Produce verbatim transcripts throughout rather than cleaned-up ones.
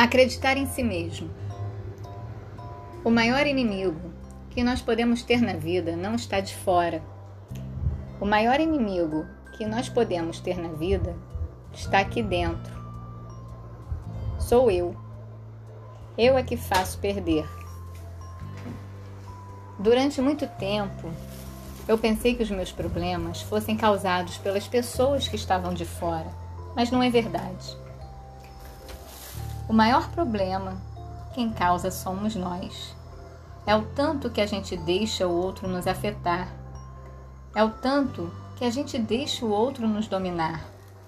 Acreditar em si mesmo. O maior inimigo que nós podemos ter na vida não está de fora. O maior inimigo que nós podemos ter na vida está aqui dentro. Sou eu. Eu é que faço perder. Durante muito tempo, eu pensei que os meus problemas fossem causados pelas pessoas que estavam de fora, mas não é verdade. O maior problema, quem causa somos nós. É o tanto que a gente deixa o outro nos afetar. É o tanto que a gente deixa o outro nos dominar.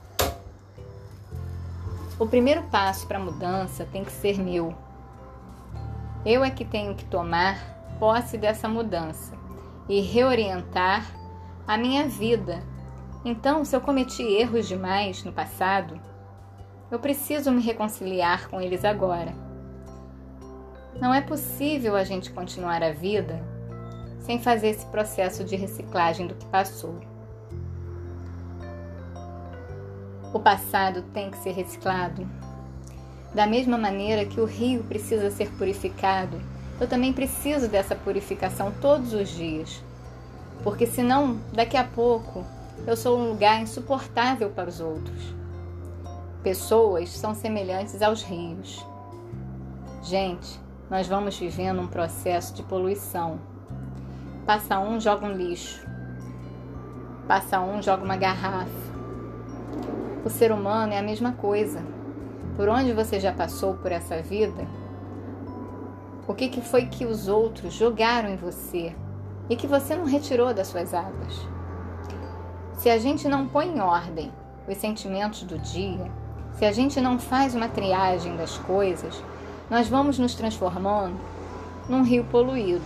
O primeiro passo para a mudança tem que ser meu. Eu é que tenho que tomar posse dessa mudança e reorientar a minha vida. Então, se eu cometi erros demais no passado, eu preciso me reconciliar com eles agora. Não é possível a gente continuar a vida sem fazer esse processo de reciclagem do que passou. O passado tem que ser reciclado. Da mesma maneira que o rio precisa ser purificado, eu também preciso dessa purificação todos os dias. Porque senão, daqui a pouco, eu sou um lugar insuportável para os outros. Pessoas são semelhantes aos rios. Gente, nós vamos vivendo um processo de poluição. Passa um, joga um lixo. Passa um, joga uma garrafa. O ser humano é a mesma coisa. Por onde você já passou por essa vida, o que, que foi que os outros jogaram em você e que você não retirou das suas águas? Se a gente não põe em ordem os sentimentos do dia, se a gente não faz uma triagem das coisas, nós vamos nos transformando num rio poluído.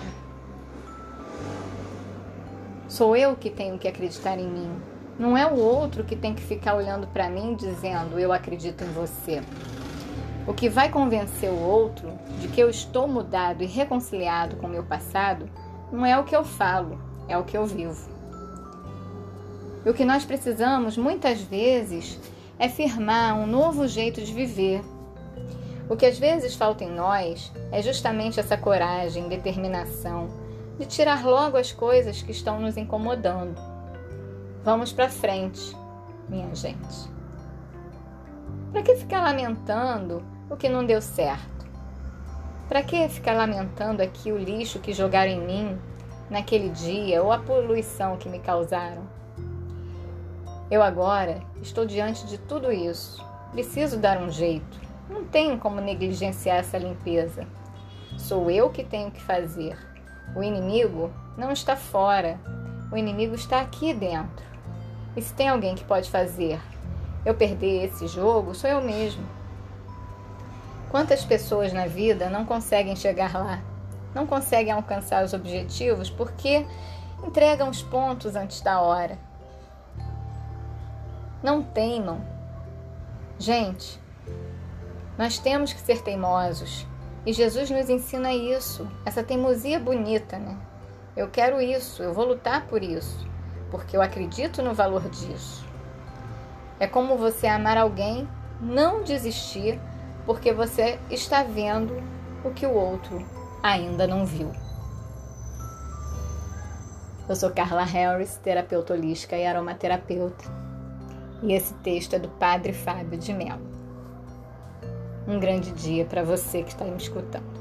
Sou eu que tenho que acreditar em mim. Não é o outro que tem que ficar olhando para mim dizendo eu acredito em você. O que vai convencer o outro de que eu estou mudado e reconciliado com o meu passado não é o que eu falo, é o que eu vivo. E o que nós precisamos muitas vezes é firmar um novo jeito de viver. O que às vezes falta em nós é justamente essa coragem, determinação de tirar logo as coisas que estão nos incomodando. Vamos para frente, minha gente. Para que ficar lamentando o que não deu certo? Para que ficar lamentando aqui o lixo que jogaram em mim naquele dia ou a poluição que me causaram? Eu agora estou diante de tudo isso. Preciso dar um jeito. Não tenho como negligenciar essa limpeza. Sou eu que tenho que fazer. O inimigo não está fora. O inimigo está aqui dentro. E se tem alguém que pode fazer eu perder esse jogo, sou eu mesmo. Quantas pessoas na vida não conseguem chegar lá? Não conseguem alcançar os objetivos porque entregam os pontos antes da hora. Não teimam. Gente, nós temos que ser teimosos. E Jesus nos ensina isso. Essa teimosia bonita, né? Eu quero isso, eu vou lutar por isso. Porque eu acredito no valor disso. É como você amar alguém, não desistir, porque você está vendo o que o outro ainda não viu. Eu sou Carla Harris, terapeuta holística e aromaterapeuta. E esse texto é do Padre Fábio de Mello. Um grande dia para você que está me escutando.